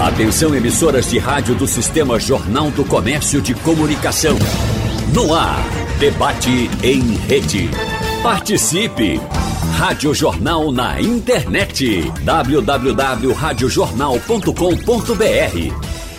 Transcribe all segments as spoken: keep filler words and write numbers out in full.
Atenção, emissoras de rádio do Sistema Jornal do Comércio de Comunicação. No ar, debate em rede. Participe! Rádio Jornal na internet. w w w ponto rádio jornal ponto com ponto b r.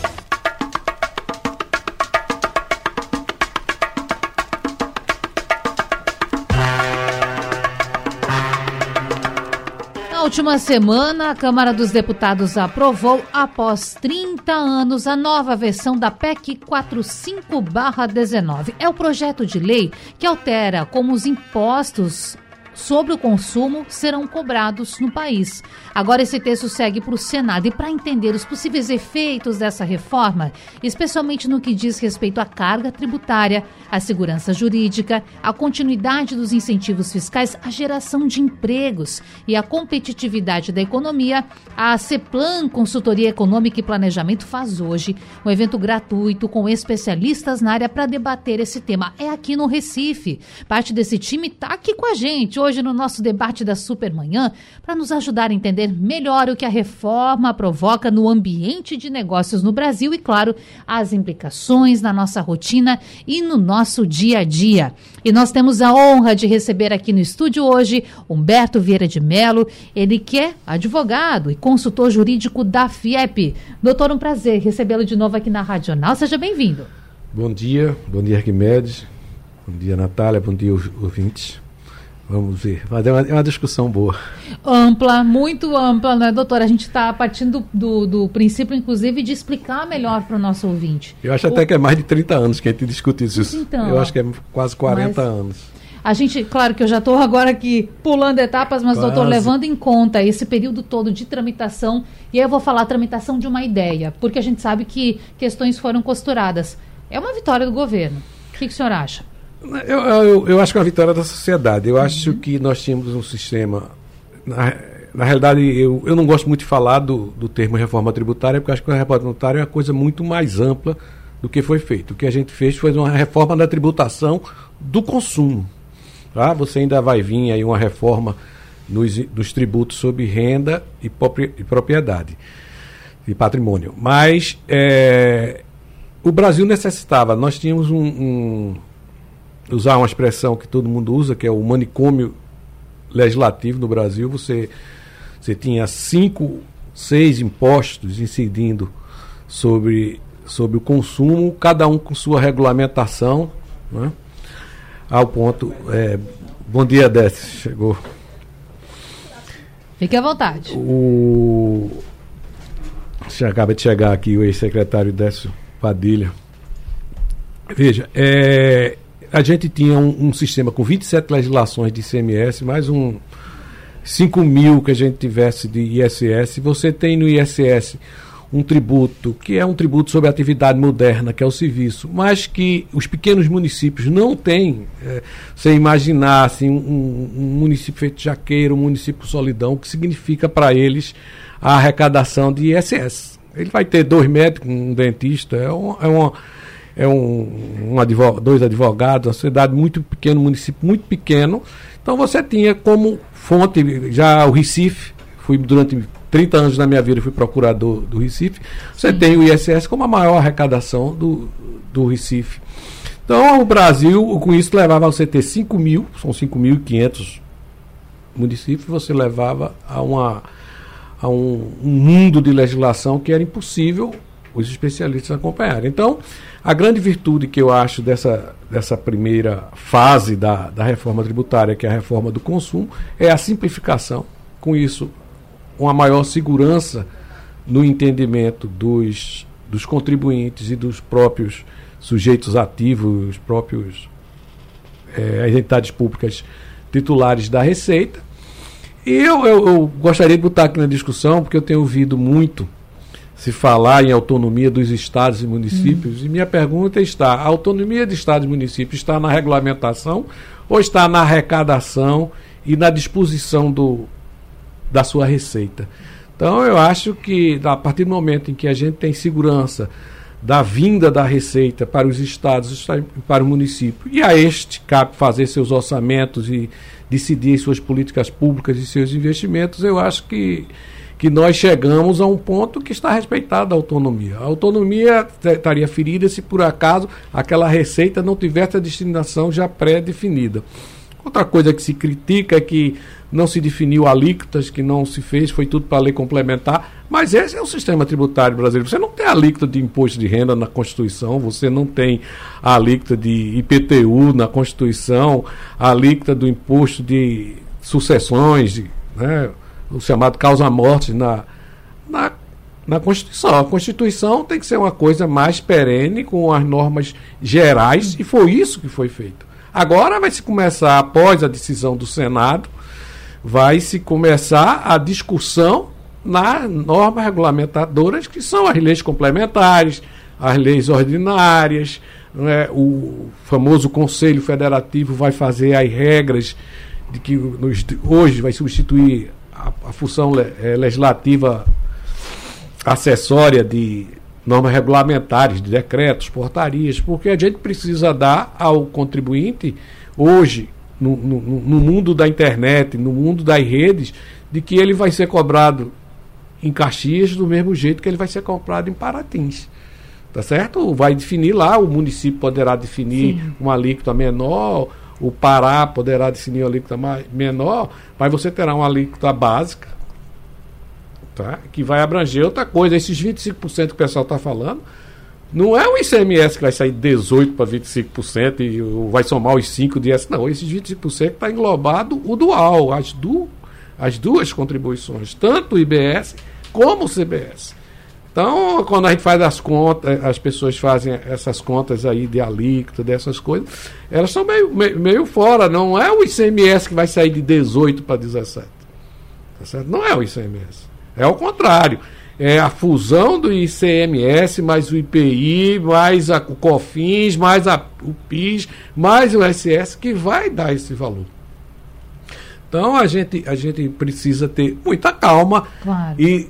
Na última semana, a Câmara dos Deputados aprovou, após trinta anos, a nova versão da P E C quarenta e cinco barra dezenove. É o projeto de lei que altera como os impostos sobre o consumo serão cobrados no país. Agora esse texto segue para o Senado e para entender os possíveis efeitos dessa reforma, especialmente no que diz respeito à carga tributária, à segurança jurídica, à continuidade dos incentivos fiscais, à geração de empregos e à competitividade da economia, a CEPLAN, Consultoria Econômica e Planejamento, faz hoje um evento gratuito com especialistas na área para debater esse tema. É aqui no Recife. Parte desse time está aqui com a gente hoje no nosso debate da Supermanhã para nos ajudar a entender melhor o que a reforma provoca no ambiente de negócios no Brasil e, claro, as implicações na nossa rotina e no nosso dia a dia. E nós temos a honra de receber aqui no estúdio hoje Humberto Vieira de Mello, ele que é advogado e consultor jurídico da FIEP. Doutor, um prazer recebê-lo de novo aqui na Rádio Jornal. Seja bem-vindo. Bom dia, bom dia Arquimedes, bom dia Natália, bom dia ouvintes. Vamos ver, mas é uma, é uma discussão boa. Ampla, muito ampla, né, doutora? A gente está partindo do, do princípio, inclusive, de explicar melhor para o nosso ouvinte. Eu acho o... até que é mais de trinta anos que a gente discute isso. Então, eu acho que é quase quarenta mas... anos. A gente, claro que eu já estou agora aqui pulando etapas, mas, quase. Doutor, levando em conta esse período todo de tramitação, e aí eu vou falar tramitação de uma ideia, porque a gente sabe que questões foram costuradas. É uma vitória do governo. O que, que o senhor acha? Eu, eu, eu acho que é uma vitória da sociedade. Eu uhum. acho que nós tínhamos um sistema... Na, na realidade, eu, eu não gosto muito de falar do, do termo reforma tributária, porque eu acho que a reforma tributária é uma coisa muito mais ampla do que foi feito. O que a gente fez foi uma reforma da tributação do consumo. Tá? Você ainda vai vir aí uma reforma nos, nos tributos sobre renda e, popri, e propriedade e patrimônio. Mas é, o Brasil necessitava... Nós tínhamos um... um usar uma expressão que todo mundo usa, que é o manicômio legislativo no Brasil. Você, você tinha cinco, seis impostos incidindo sobre, sobre o consumo, cada um com sua regulamentação, né? Ao ponto... É, bom dia, Décio, chegou. Fique à vontade. O, acaba de chegar aqui o ex-secretário Décio Padilha. Veja, é... a gente tinha um, um sistema com vinte e sete legislações de I C M S, mais um cinco mil que a gente tivesse de I S S. Você tem no I S S um tributo, que é um tributo sobre a atividade moderna, que é o serviço, mas que os pequenos municípios não têm. É, você imaginar assim, um, um município feito Jaqueiro, um município Solidão, o que significa para eles a arrecadação de I S S. Ele vai ter dois médicos, um dentista, é, um, é uma... É um, um advogado, dois advogados, uma cidade muito pequena, um município muito pequeno. Então você tinha como fonte, já o Recife, fui durante trinta anos da minha vida, fui procurador do Recife. Você Sim. tem o I S S como a maior arrecadação do, do Recife. Então o Brasil, com isso, levava a você ter cinco mil, são cinco mil e quinhentos municípios, você levava a, uma, a um, um mundo de legislação que era impossível os especialistas acompanharem. Então, a grande virtude que eu acho dessa, dessa primeira fase da, da reforma tributária, que é a reforma do consumo, é a simplificação. Com isso, uma maior segurança no entendimento dos, dos contribuintes e dos próprios sujeitos ativos, os próprios é, entidades públicas titulares da Receita. E eu, eu, eu gostaria de botar aqui na discussão, porque eu tenho ouvido muito se falar em autonomia dos estados e municípios, hum. e minha pergunta está: a autonomia de estados e municípios está na regulamentação ou está na arrecadação e na disposição do, da sua receita? Então eu acho que a partir do momento em que a gente tem segurança da vinda da receita para os estados e para o município, e a este cabe fazer seus orçamentos e decidir suas políticas públicas e seus investimentos, eu acho que que nós chegamos a um ponto que está respeitada a autonomia. A autonomia estaria ferida se por acaso aquela receita não tivesse a destinação já pré-definida. Outra coisa que se critica é que não se definiu alíquotas, que não se fez, foi tudo para a lei complementar, mas esse é o sistema tributário brasileiro. Você não tem alíquota de imposto de renda na Constituição, você não tem a alíquota de I P T U na Constituição, a alíquota do imposto de sucessões, né, o chamado causa-morte na, na, na Constituição. A Constituição tem que ser uma coisa mais perene, com as normas gerais, e foi isso que foi feito. Agora vai se começar, após a decisão do Senado, vai se começar a discussão nas normas regulamentadoras, que são as leis complementares, as leis ordinárias, né? O famoso Conselho Federativo vai fazer as regras de que nos, hoje vai substituir a, a função le, é, legislativa acessória de normas regulamentares, de decretos, portarias, porque a gente precisa dar ao contribuinte, hoje, no, no, no mundo da internet, no mundo das redes, de que ele vai ser cobrado em Caxias do mesmo jeito que ele vai ser cobrado em Paratins. Tá certo? Vai definir lá, o município poderá definir Sim. uma alíquota menor, o Pará poderá definir uma alíquota menor, mas você terá uma alíquota básica, tá? Que vai abranger outra coisa. Esses vinte e cinco por cento que o pessoal está falando, não é o I C M S que vai sair de dezoito por cento para vinte e cinco por cento e vai somar os cinco por cento de S. Não, esses vinte e cinco por cento está englobado o dual, as, du, as duas contribuições, tanto o I B S como o C B S. Então, quando a gente faz as contas, as pessoas fazem essas contas aí de alíquota, dessas coisas, elas são meio, meio, meio fora. Não é o I C M S que vai sair de dezoito para dezessete. Tá certo? Não é o I C M S. É o contrário. É a fusão do I C M S, mais o I P I, mais a, o COFINS, mais a, o PIS, mais o I S S, que vai dar esse valor. Então, a gente, a gente precisa ter muita calma. Claro. E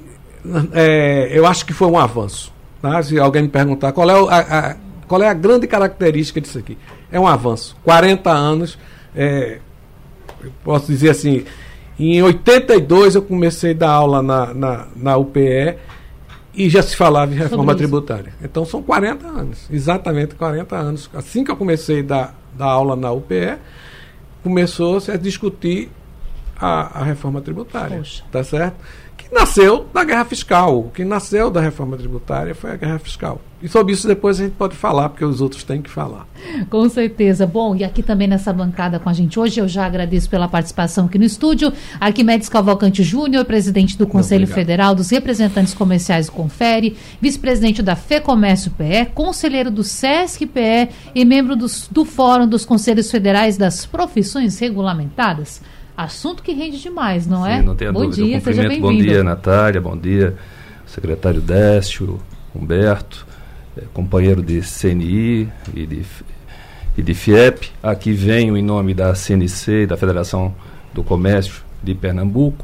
é, eu acho que foi um avanço. Tá? Se alguém me perguntar qual é, o, a, a, qual é a grande característica disso aqui, é um avanço. quarenta anos, é, eu posso dizer assim, em oitenta e dois eu comecei a dar aula na, na, na U P E e já se falava em reforma tributária. Então são quarenta anos, exatamente quarenta anos. Assim que eu comecei a dar, dar aula na U P E, começou-se a discutir a, a reforma tributária. Poxa. Tá certo? Que nasceu da guerra fiscal. O que nasceu da reforma tributária foi a guerra fiscal. E sobre isso depois a gente pode falar, porque os outros têm que falar. Com certeza. Bom, e aqui também nessa bancada com a gente hoje, eu já agradeço pela participação aqui no estúdio, Arquimedes Cavalcante Júnior, presidente do Conselho Obrigado. Federal dos Representantes Comerciais do Confere, vice-presidente da FEComércio P E, conselheiro do SESC P E e membro dos, do Fórum dos Conselhos Federais das Profissões Regulamentadas. Assunto que rende demais, não Sim, é? Não tenha bom dúvida. dia, seja bem-vindo. Bom dia, Natália, bom dia, secretário Décio, Humberto, é, companheiro de C N I e de, e de FIEP. Aqui venho em nome da C N C e da Federação do Comércio de Pernambuco,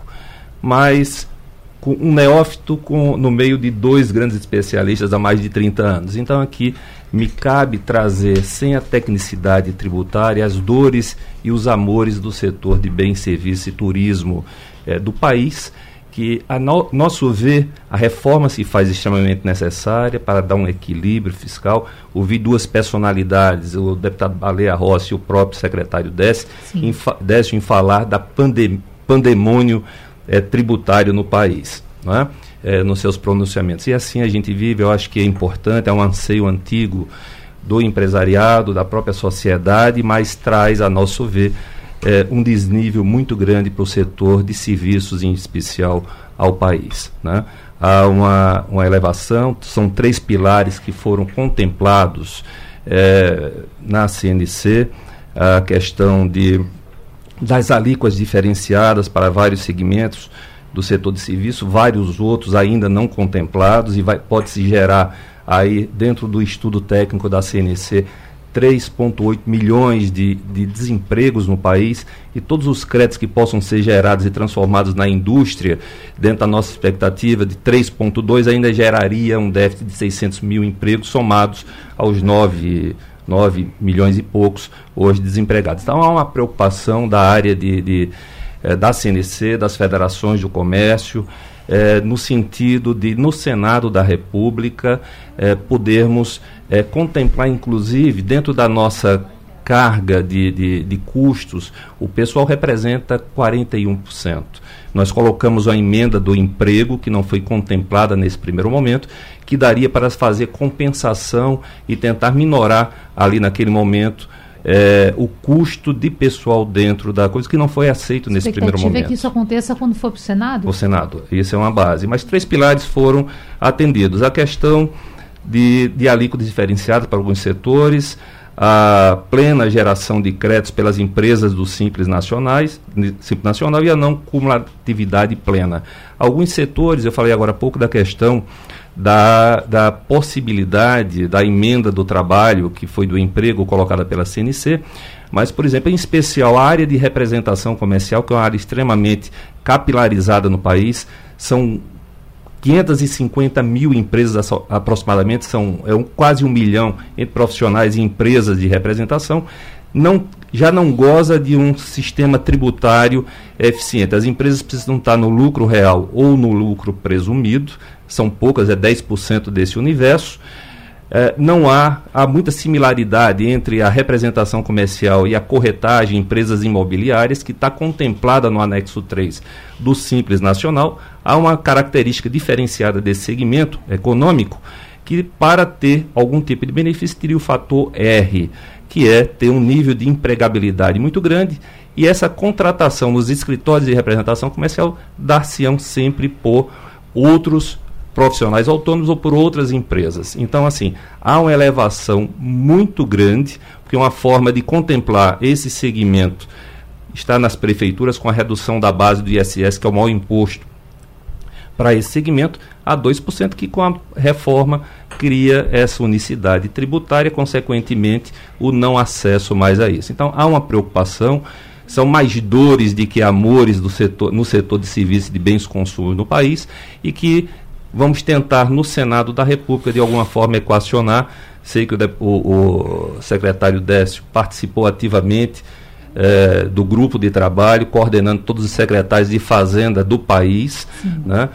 mas com um neófito com, no meio de dois grandes especialistas há mais de trinta anos. Então aqui me cabe trazer, sem a tecnicidade tributária, as dores e os amores do setor de bens, serviços e turismo eh, do país, que, a no, nosso ver, a reforma se faz extremamente necessária para dar um equilíbrio fiscal. Ouvi duas personalidades, o deputado Baleia Rossi e o próprio secretário Décio, em, Décio, em falar da pandem, pandemônio eh, tributário no país, não é? É, nos seus pronunciamentos. E assim a gente vive. Eu acho que é importante, é um anseio antigo do empresariado, da própria sociedade, mas traz, a nosso ver, é, um desnível muito grande para o setor de serviços, em especial ao país, né? Há uma, uma elevação, são três pilares que foram contemplados é, na C N C, a questão de, das alíquotas diferenciadas para vários segmentos do setor de serviço, vários outros ainda não contemplados, e vai, pode-se gerar aí, dentro do estudo técnico da C N C, três vírgula oito milhões de, de desempregos no país, e todos os créditos que possam ser gerados e transformados na indústria, dentro da nossa expectativa de três vírgula dois, ainda geraria um déficit de seiscentos mil empregos, somados aos nove milhões e poucos hoje desempregados. Então há uma preocupação da área de, de da C N C, das federações do comércio, eh, no sentido de, no Senado da República, eh, podermos eh, contemplar, inclusive, dentro da nossa carga de, de, de custos, o pessoal representa quarenta e um por cento. Nós colocamos a emenda do emprego, que não foi contemplada nesse primeiro momento, que daria para fazer compensação e tentar minorar ali naquele momento É, o custo de pessoal dentro da coisa, que não foi aceito nesse primeiro momento. A expectativa é que isso aconteça quando for para o Senado? O Senado, isso é uma base. Mas três pilares foram atendidos. A questão de, de alíquotas diferenciadas para alguns setores, a plena geração de créditos pelas empresas do Simples Nacionais, Simples Nacional e a não cumulatividade plena. Alguns setores, eu falei agora há pouco da questão Da, da possibilidade da emenda do trabalho, que foi do emprego colocada pela C N C, mas, por exemplo, em especial a área de representação comercial, que é uma área extremamente capilarizada no país, são quinhentas e cinquenta mil empresas aproximadamente, são é um, quase um milhão entre profissionais e empresas de representação, não, já não goza de um sistema tributário eficiente. As empresas precisam estar no lucro real ou no lucro presumido, são poucas, é dez por cento desse universo. É, não há, há muita similaridade entre a representação comercial e a corretagem, empresas imobiliárias, que está contemplada no anexo três do Simples Nacional. Há uma característica diferenciada desse segmento econômico, que para ter algum tipo de benefício teria o fator R, que é ter um nível de empregabilidade muito grande, e essa contratação nos escritórios de representação comercial dar-se-ão sempre por outros profissionais autônomos ou por outras empresas. Então, assim, há uma elevação muito grande, porque uma forma de contemplar esse segmento está nas prefeituras com a redução da base do I S S, que é o maior imposto para esse segmento, a dois por cento, que com a reforma cria essa unicidade tributária, consequentemente, o não acesso mais a isso. Então, há uma preocupação, são mais dores do que amores do setor, no setor de serviços e de bens de consumo no país, e que vamos tentar no Senado da República de alguma forma equacionar. Sei que o, o, o secretário Décio participou ativamente eh, do grupo de trabalho, coordenando todos os secretários de Fazenda do país, né?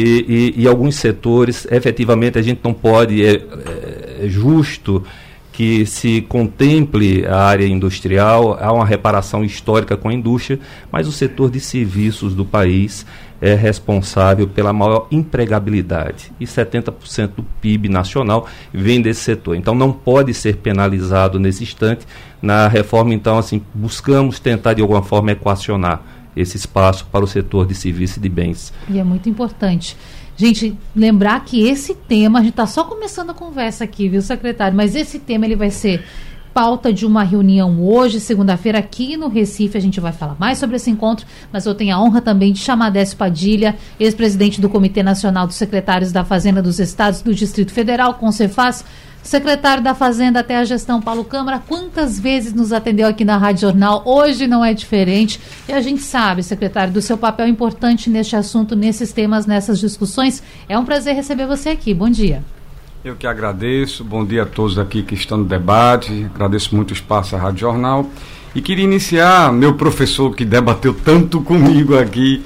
e, e, e alguns setores, efetivamente a gente não pode, é, é justo que se contemple a área industrial, há uma reparação histórica com a indústria, mas o setor de serviços do país é responsável pela maior empregabilidade, e setenta por cento do P I B nacional vem desse setor. Então não pode ser penalizado nesse instante. Na reforma, então, assim, buscamos tentar de alguma forma equacionar esse espaço para o setor de serviços e de bens. E é muito importante. Gente, lembrar que esse tema, a gente está só começando a conversa aqui, viu, secretário? Mas esse tema ele vai ser pauta de uma reunião hoje, segunda-feira, aqui no Recife. A gente vai falar mais sobre esse encontro, mas eu tenho a honra também de chamar Décio Padilha, ex-presidente do Comitê Nacional dos Secretários da Fazenda dos Estados do Distrito Federal, Concefaz, secretário da Fazenda até a gestão Paulo Câmara. Quantas vezes nos atendeu aqui na Rádio Jornal? Hoje não é diferente. E a gente sabe, secretário, do seu papel importante neste assunto, nesses temas, nessas discussões. É um prazer receber você aqui. Bom dia. Eu que agradeço. Bom dia a todos aqui que estão no debate. Agradeço muito o espaço à Rádio Jornal. E queria iniciar, meu professor que debateu tanto comigo aqui,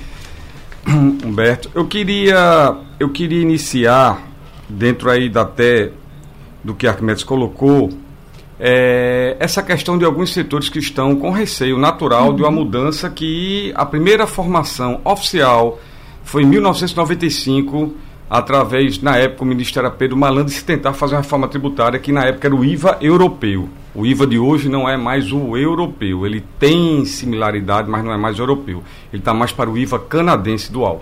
Humberto, eu queria, eu queria iniciar, dentro aí da até do que Arquimedes colocou, é, essa questão de alguns setores que estão com receio natural uhum. de uma mudança que a primeira formação oficial foi em mil novecentos e noventa e cinco, através, na época, o ministro era Pedro Malan, de se tentar fazer uma reforma tributária, que na época era o I V A europeu. O I V A de hoje não é mais o europeu, ele tem similaridade, mas não é mais o europeu. Ele está mais para o I V A canadense dual.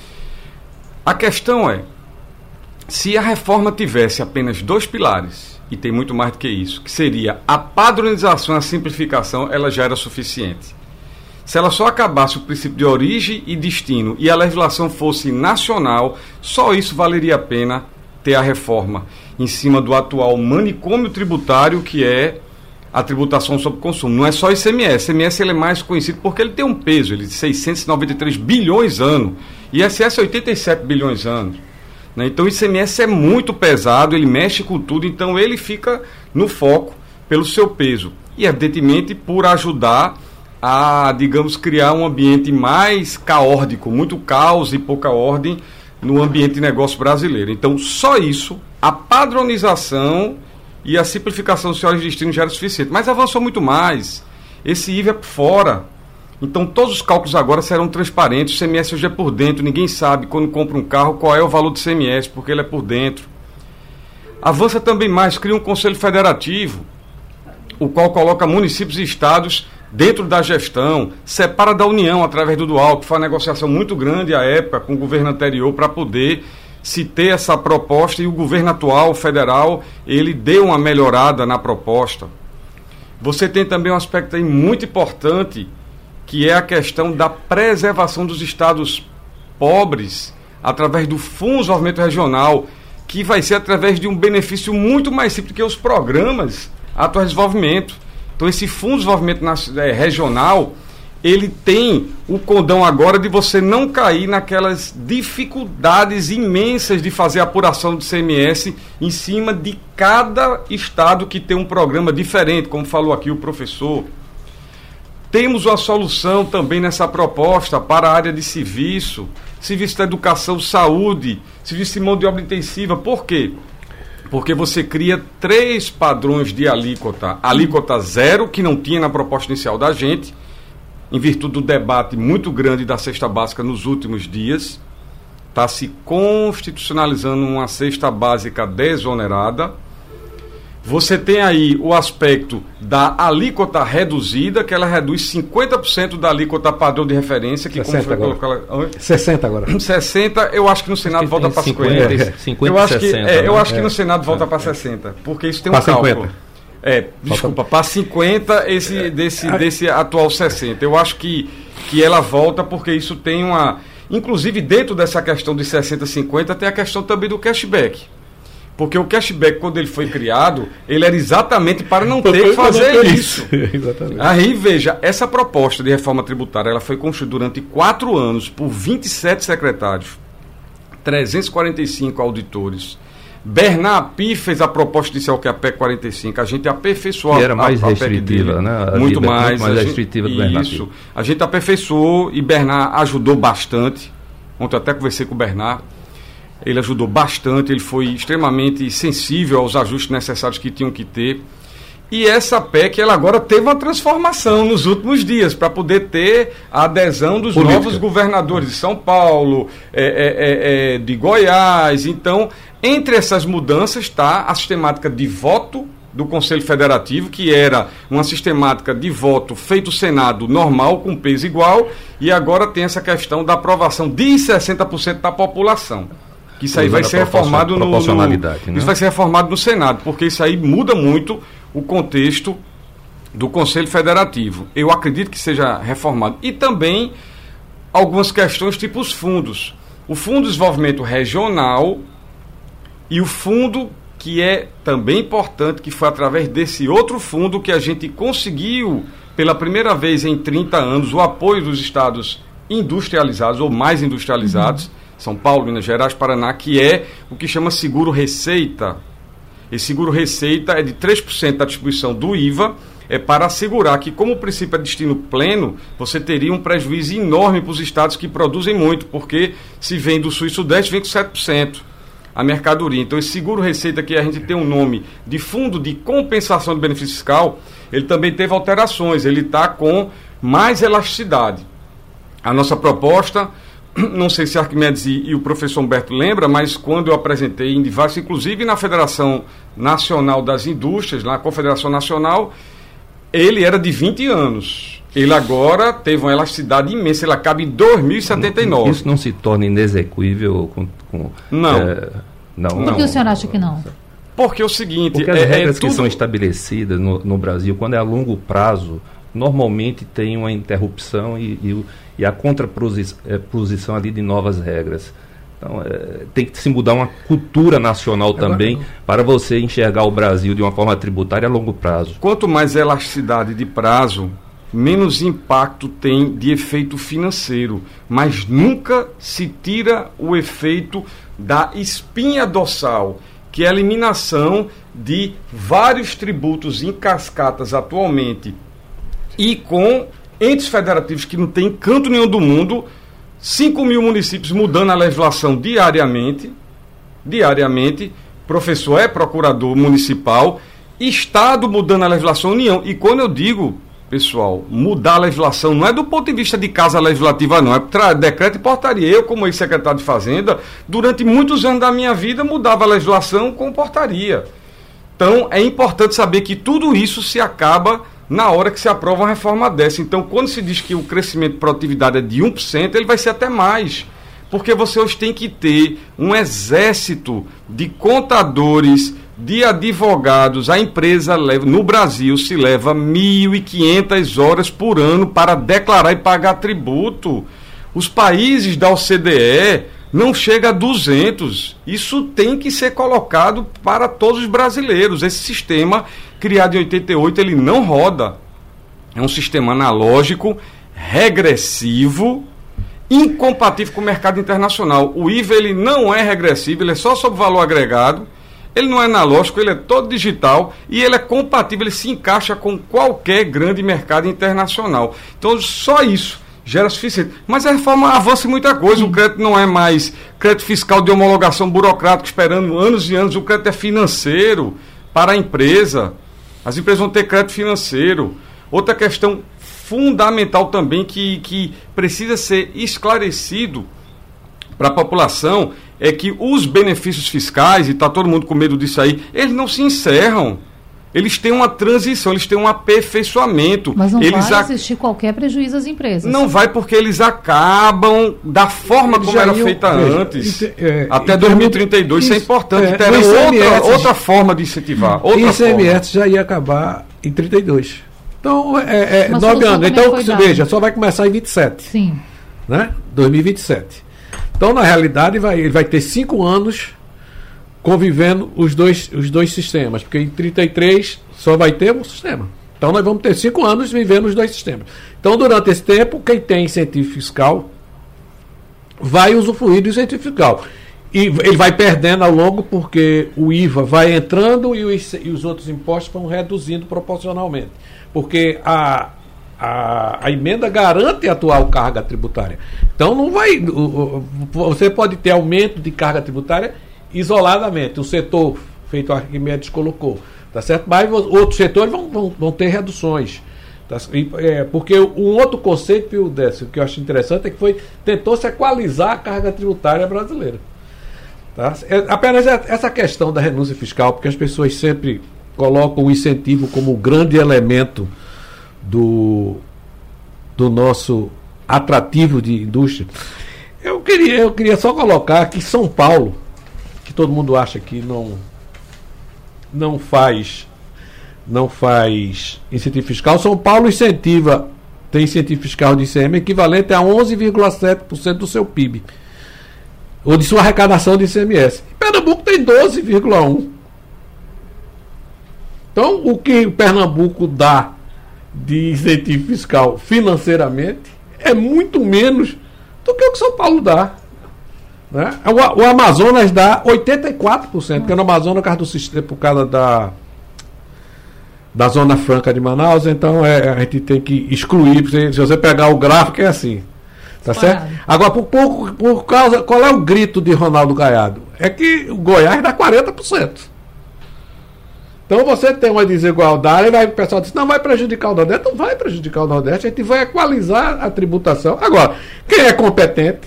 A questão é, se a reforma tivesse apenas dois pilares, e tem muito mais do que isso, que seria a padronização e a simplificação, ela já era suficiente. Se ela só acabasse o princípio de origem e destino e a legislação fosse nacional, só isso valeria a pena ter a reforma em cima do atual manicômio tributário, que é a tributação sobre consumo. Não é só I C M S. I C M S ele é mais conhecido porque ele tem um peso, ele de seiscentos e noventa e três bilhões ano, e I S S é oitenta e sete bilhões ano. Né? Então o I C M S é muito pesado, ele mexe com tudo, então ele fica no foco pelo seu peso. E evidentemente por ajudar a, digamos, criar um ambiente mais caórdico, muito caos e pouca ordem no ambiente de negócio brasileiro. Então, só isso, a padronização e a simplificação dos senhores destinos já era suficiente. Mas avançou muito mais. Esse I V A é por fora. Então, todos os cálculos agora serão transparentes. O C M S hoje é por dentro. Ninguém sabe, quando compra um carro, qual é o valor do C M S, porque ele é por dentro. Avança também mais, cria um Conselho Federativo, o qual coloca municípios e estados dentro da gestão, separa da União através do Dual, que foi uma negociação muito grande à época com o governo anterior para poder se ter essa proposta, e o governo atual, federal, ele deu uma melhorada na proposta. Você tem também um aspecto aí muito importante, que é a questão da preservação dos estados pobres através do Fundo de Desenvolvimento Regional, que vai ser através de um benefício muito mais simples que os programas atuais de desenvolvimento. Então, esse Fundo de Desenvolvimento é, Regional, ele tem o condão agora de você não cair naquelas dificuldades imensas de fazer a apuração do C M S em cima de cada estado que tem um programa diferente, como falou aqui o professor. Temos uma solução também nessa proposta para a área de serviço, serviço da educação, saúde, serviço de mão de obra intensiva. Por quê? Porque você cria três padrões de alíquota. Alíquota zero, que não tinha na proposta inicial da gente, em virtude do debate muito grande da cesta básica nos últimos dias. Está se constitucionalizando uma cesta básica desonerada. Você tem aí o aspecto da alíquota reduzida, que ela reduz cinquenta por cento da alíquota padrão de referência. Que como foi colocar... sessenta agora. sessenta, eu acho que no Senado volta para cinquenta. cinquenta eu acho que, sessenta, é, né? eu acho que É. no Senado volta É. para sessenta, porque isso tem um Pra cálculo. cinquenta. É, desculpa, para cinquenta esse, desse, desse atual sessenta. Eu acho que, que ela volta porque isso tem uma... Inclusive, dentro dessa questão de sessenta, cinquenta, tem a questão também do cashback. Porque o cashback, quando ele foi criado, ele era exatamente para não ter que fazer isso. Exatamente. Aí, veja, essa proposta de reforma tributária, ela foi construída durante quatro anos por vinte e sete secretários, trezentos e quarenta e cinco auditores. Bernard Api fez a proposta inicial, que é a P E C quarenta e cinco. A gente aperfeiçoou Que era mais a, a restritiva, dele, né? A muito vida mais. muito mais a gente- restritiva do Bernard Isso. Api. A gente aperfeiçoou e Bernard ajudou bastante. Ontem eu até conversei com o Bernard. Ele ajudou bastante, ele foi extremamente sensível aos ajustes necessários que tinham que ter. E essa P E C, ela agora teve uma transformação nos últimos dias, para poder ter a adesão dos Política. novos governadores de São Paulo, é, é, é, é, de Goiás. Então, entre essas mudanças está a sistemática de voto do Conselho Federativo, que era uma sistemática de voto feito o Senado normal, com peso igual, e agora tem essa questão da aprovação de sessenta por cento da população. Que isso aí vai Usando a ser reformado no, no proporcionalidade, né? Isso vai ser reformado no Senado, porque isso aí muda muito o contexto do Conselho Federativo. Eu acredito que seja reformado. E também algumas questões tipo os fundos. O Fundo de Desenvolvimento Regional e o fundo que é também importante, que foi através desse outro fundo que a gente conseguiu, pela primeira vez em trinta anos, o apoio dos estados industrializados ou mais industrializados, São Paulo, Minas Gerais, Paraná, que é o que chama seguro-receita. Esse seguro-receita é de três por cento da distribuição do I V A, é para assegurar que, como o princípio é destino pleno, você teria um prejuízo enorme para os estados que produzem muito, porque se vem do Sul e Sudeste, vem com sete por cento a mercadoria. Então, esse seguro-receita, que a gente tem um nome de Fundo de Compensação de Benefício Fiscal, ele também teve alterações, ele está com mais elasticidade. A nossa proposta, não sei se a Arquimedes e, e o professor Humberto lembra, mas quando eu apresentei em diversos, inclusive na Federação Nacional das Indústrias, na Confederação Nacional, ele era de vinte anos. Ele agora teve uma elasticidade imensa, ele acaba em dois mil e setenta e nove. Isso não se torna inexequível com... com Não. é, não. Por Não. que o senhor acha que não? Porque é o seguinte... Porque as é, regras é que tudo... são estabelecidas no, no Brasil, quando é a longo prazo, normalmente tem uma interrupção e, e, o- e a contraposição ali de novas regras. Então, é, tem que se mudar uma cultura nacional também para você enxergar o Brasil de uma forma tributária a longo prazo. Quanto mais elasticidade de prazo, menos impacto tem de efeito financeiro, mas nunca se tira o efeito da espinha dorsal, que é a eliminação de vários tributos em cascatas atualmente e com entes federativos que não tem canto nenhum do mundo, cinco mil municípios mudando a legislação diariamente, diariamente, professor é procurador municipal, Estado mudando a legislação, União. E quando eu digo, pessoal, mudar a legislação não é do ponto de vista de casa legislativa, não, é tra- decreto e portaria. Eu, como ex-secretário de Fazenda, durante muitos anos da minha vida, mudava a legislação com portaria. Então, é importante saber que tudo isso se acaba na hora que se aprova uma reforma dessa. Então, quando se diz que o crescimento de produtividade é de um por cento, ele vai ser até mais. Porque você hoje tem que ter um exército de contadores, de advogados. A empresa leva, no Brasil se leva mil e quinhentas horas por ano para declarar e pagar tributo. Os países da O C D E não chega a duzentos. Isso tem que ser colocado para todos os brasileiros. Esse sistema, criado em oitenta e oito, ele não roda. É um sistema analógico, regressivo, incompatível com o mercado internacional. O I V A ele não é regressivo, ele é só sobre valor agregado. Ele não é analógico, ele é todo digital e ele é compatível, ele se encaixa com qualquer grande mercado internacional. Então, só isso gera suficiente. Mas a reforma avança em muita coisa. O crédito não é mais crédito fiscal de homologação burocrática, esperando anos e anos. O crédito é financeiro para a empresa. As empresas vão ter crédito financeiro. Outra questão fundamental também que, que precisa ser esclarecido para a população é que os benefícios fiscais, e está todo mundo com medo disso aí, eles não se encerram. Eles têm uma transição, eles têm um aperfeiçoamento. Mas não eles vai ac... existir qualquer prejuízo às empresas. Não vai, porque eles acabam da forma Eles como já era iam- feita veja, antes. inte- é, até em dois mil e termos- trinta e dois, isso é isso, importante. é, Terá o I C M S outra, outra forma de incentivar. O Outra I C M S forma. já ia acabar em trinta e dois. Então, é, é Uma nove solução anos. também Então, foi você dada. veja, só vai começar em vinte e sete. Sim. Né? dois mil e vinte e sete. Então, na realidade, vai, ele vai ter cinco anos convivendo os dois, os dois sistemas, porque em trinta e três só vai ter um sistema. Então, nós vamos ter cinco anos vivendo os dois sistemas. Então, durante esse tempo, quem tem incentivo fiscal vai usufruir do incentivo fiscal. E ele vai perdendo ao longo porque o I V A vai entrando e os, e os outros impostos vão reduzindo proporcionalmente. Porque a, a, a emenda garante a atual carga tributária. Então não vai. O, o, você pode ter aumento de carga tributária isoladamente. O setor, feito o Arquimedes colocou, tá certo? Mas outros setores vão, vão, vão ter reduções. Tá? E, é, porque um outro conceito, Décio, que eu acho interessante é que foi tentou se equalizar a carga tributária brasileira. Tá? É, apenas essa questão da renúncia fiscal, porque as pessoas sempre colocam o incentivo como o grande elemento do, do nosso atrativo de indústria. Eu queria, eu queria só colocar que São Paulo, que todo mundo acha que não, não faz não faz incentivo fiscal, São Paulo incentiva, tem incentivo fiscal de I C M equivalente a onze vírgula sete por cento do seu P I B. Ou de sua arrecadação de I C M S. Pernambuco tem doze vírgula um por cento. Então, o que Pernambuco dá de incentivo fiscal financeiramente é muito menos do que o que São Paulo dá. Né? O, o Amazonas dá oitenta e quatro por cento, porque no Amazonas, por causa, do sistema, por causa da, da Zona Franca de Manaus, então é, a gente tem que excluir. Se você pegar o gráfico, é assim. Tá certo? Agora, por, por, por causa. Qual é o grito de Ronaldo Caiado? É que o Goiás dá quarenta por cento. Então você tem uma desigualdade, e vai, o pessoal diz, não vai prejudicar o Nordeste, não vai prejudicar o Nordeste, a gente vai equalizar a tributação. Agora, quem é competente,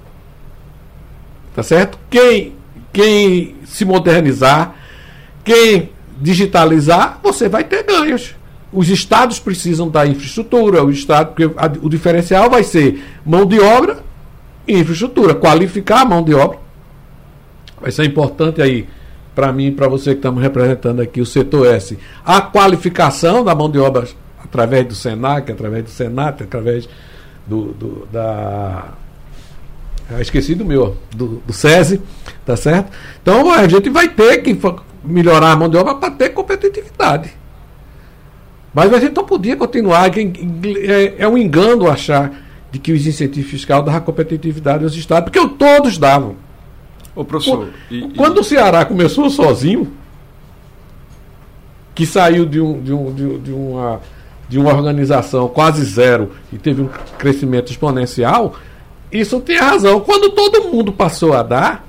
tá certo? Quem, quem se modernizar, quem digitalizar, você vai ter ganhos. Os estados precisam da infraestrutura, o estado, porque a, o diferencial vai ser mão de obra e infraestrutura, qualificar a mão de obra. Vai ser importante aí, para mim e para você que estamos representando aqui o setor S, a qualificação da mão de obra através do SENAC, através do SENAT, através do, do da... Eu esqueci do meu, do, do SESI, tá certo? Então a gente vai ter que melhorar a mão de obra para ter competitividade. Mas a gente não podia continuar, é, é um engano achar de que os incentivos fiscais davam competitividade aos estados, porque todos davam. Ô, professor, e, Quando e... o Ceará começou sozinho, que saiu de, um, de, um, de, um, de uma de uma organização quase zero e teve um crescimento exponencial, isso tem razão. Quando todo mundo passou a dar,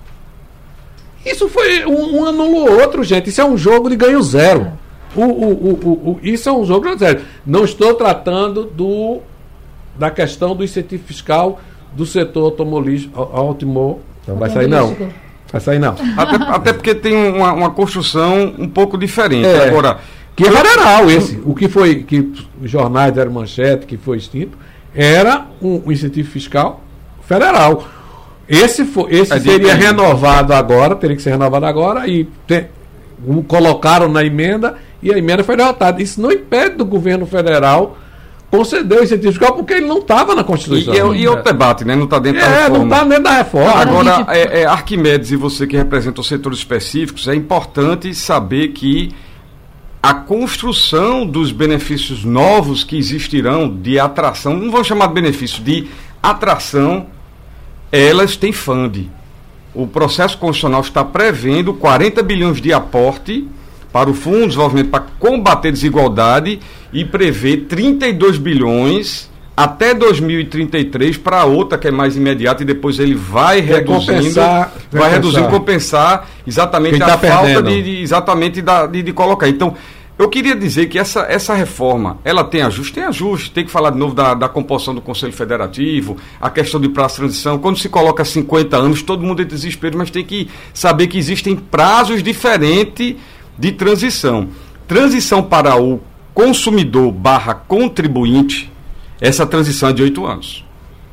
isso foi um, um anula o outro, gente. Isso é um jogo de ganho zero. O, o, o, o, o, isso é um jogo de zero. Não estou tratando do, da questão do incentivo fiscal do setor automobilístico. Automo, não vai sair não. Vai sair não. Até, até porque tem uma, uma construção um pouco diferente. É, Agora, que é federal esse. O que foi, que os jornais deram manchete, que foi extinto, era um, um incentivo fiscal federal. Esse, for, esse é seria de... renovado agora, teria que ser renovado agora, e te, um, colocaram na emenda, e a emenda foi derrotada. Isso não impede do governo federal conceder o incentivo fiscal, porque ele não estava na Constituição. E, e, e o debate, né? Não está dentro é, da reforma. É, não está dentro da reforma. Agora, é, é, Arquimedes e você que representa os setores específicos, é importante saber que a construção dos benefícios novos que existirão de atração, não vamos chamar de benefício, de atração, elas têm fundo. O processo constitucional está prevendo quarenta bilhões de aporte para o Fundo de Desenvolvimento para combater desigualdade e prevê trinta e dois bilhões até dois mil e trinta e três para outra que é mais imediata, e depois ele vai reduzindo, vai, vai reduzindo, compensar exatamente a tá falta de, de, exatamente da, de, de colocar. Então, eu queria dizer que essa, essa reforma, ela tem ajuste? Tem ajuste. Tem que falar de novo da, da composição do Conselho Federativo, a questão de prazo de transição. Quando se coloca cinquenta anos, todo mundo é desespero, mas tem que saber que existem prazos diferentes de transição. Transição para o consumidor barra contribuinte, essa transição é de oito anos.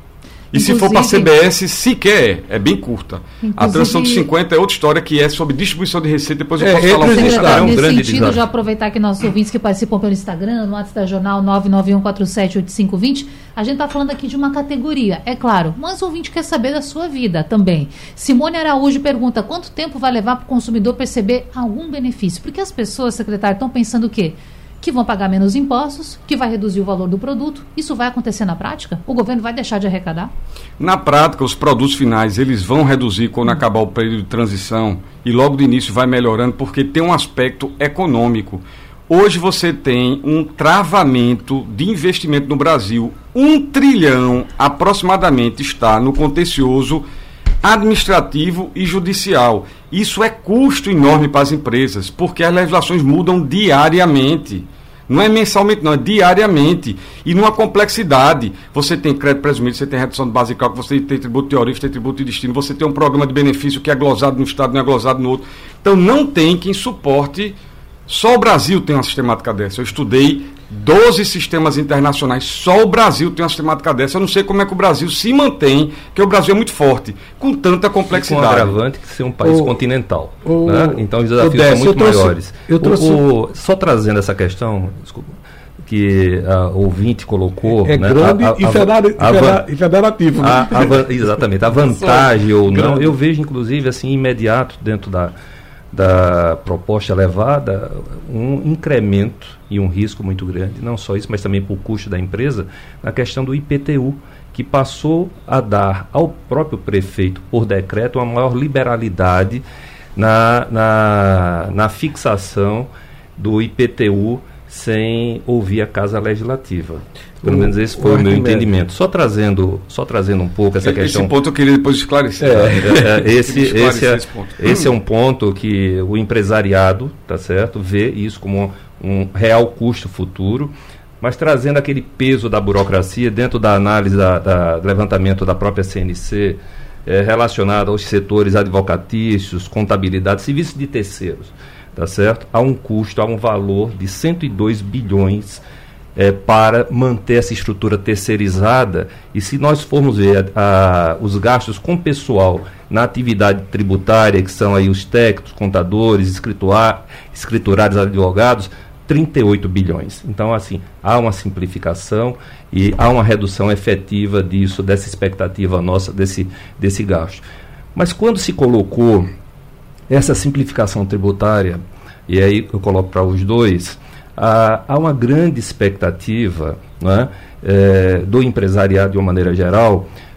E inclusive, se for para a C B S, sequer é, é bem curta. A transição de cinquenta é outra história, que é sobre distribuição de receita. Depois eu é, posso falar um pouco. É um grande sentido, desafio. Já aproveitar que nossos ouvintes que participam pelo Instagram, no WhatsApp da Jornal nove nove um quatro sete oito cinco dois zero, a gente está falando aqui de uma categoria, é claro, mas o ouvinte quer saber da sua vida também. Simone Araújo pergunta, quanto tempo vai levar para o consumidor perceber algum benefício? Porque as pessoas, secretário, estão pensando o quê? Que vão pagar menos impostos, que vai reduzir o valor do produto. Isso vai acontecer na prática? O governo vai deixar de arrecadar? Na prática, os produtos finais, eles vão reduzir quando hum. acabar o período de transição, e logo de início vai melhorando, porque tem um aspecto econômico. Hoje você tem um travamento de investimento no Brasil. Um trilhão aproximadamente está no contencioso administrativo e judicial. Isso é custo enorme para as empresas, porque as legislações mudam diariamente. Não é mensalmente, não, é diariamente. E numa complexidade. Você tem crédito presumido, você tem redução de base de cálculo, você tem tributo teórico, você tem tributo de destino, você tem um programa de benefício que é glosado no Estado, não é glosado no outro. Então não tem quem suporte. Só o Brasil tem uma sistemática dessa. Eu estudei doze sistemas internacionais, só o Brasil tem uma sistemática dessa. Eu não sei como é que o Brasil se mantém, porque o Brasil é muito forte, com tanta complexidade. E com um agravante que ser um país o, continental. O, né? Então os desafios são muito trouxe, maiores. Eu trouxe... o, o, só trazendo essa questão, desculpa, que a ouvinte colocou... É né? grande a, a, e, federa, a, a, e federativo. Né? A, a, exatamente. A vantagem ou não, grande. Eu vejo inclusive assim, imediato dentro da... da proposta elevada, um incremento e um risco muito grande, não só isso, mas também para o custo da empresa, na questão do I P T U, que passou a dar ao próprio prefeito, por decreto, uma maior liberalidade na, na, na fixação do I P T U sem ouvir a Casa Legislativa. Pelo o, menos esse foi o, o meu entendimento. Só trazendo, só trazendo um pouco essa esse questão... Esse ponto eu queria depois esclarecer. É, é, esse, esse, é, esse, esse é um ponto que o empresariado, tá certo, vê isso como um, um real custo futuro, mas trazendo aquele peso da burocracia dentro da análise, da, da levantamento da própria C N C, é, relacionado aos setores advocatícios, contabilidade, serviços de terceiros. Tá certo? Há um custo, há um valor de cento e dois bilhões é, para manter essa estrutura terceirizada. E se nós formos ver a, a, os gastos com pessoal na atividade tributária, que são aí os técnicos, contadores, escrituar, escriturários, advogados, trinta e oito bilhões. Então, assim, há uma simplificação e há uma redução efetiva disso, dessa expectativa nossa, desse, desse gasto. Mas quando se colocou essa simplificação tributária, e aí eu coloco para os dois, há, há uma grande expectativa, né, é, do empresariado de uma maneira geral,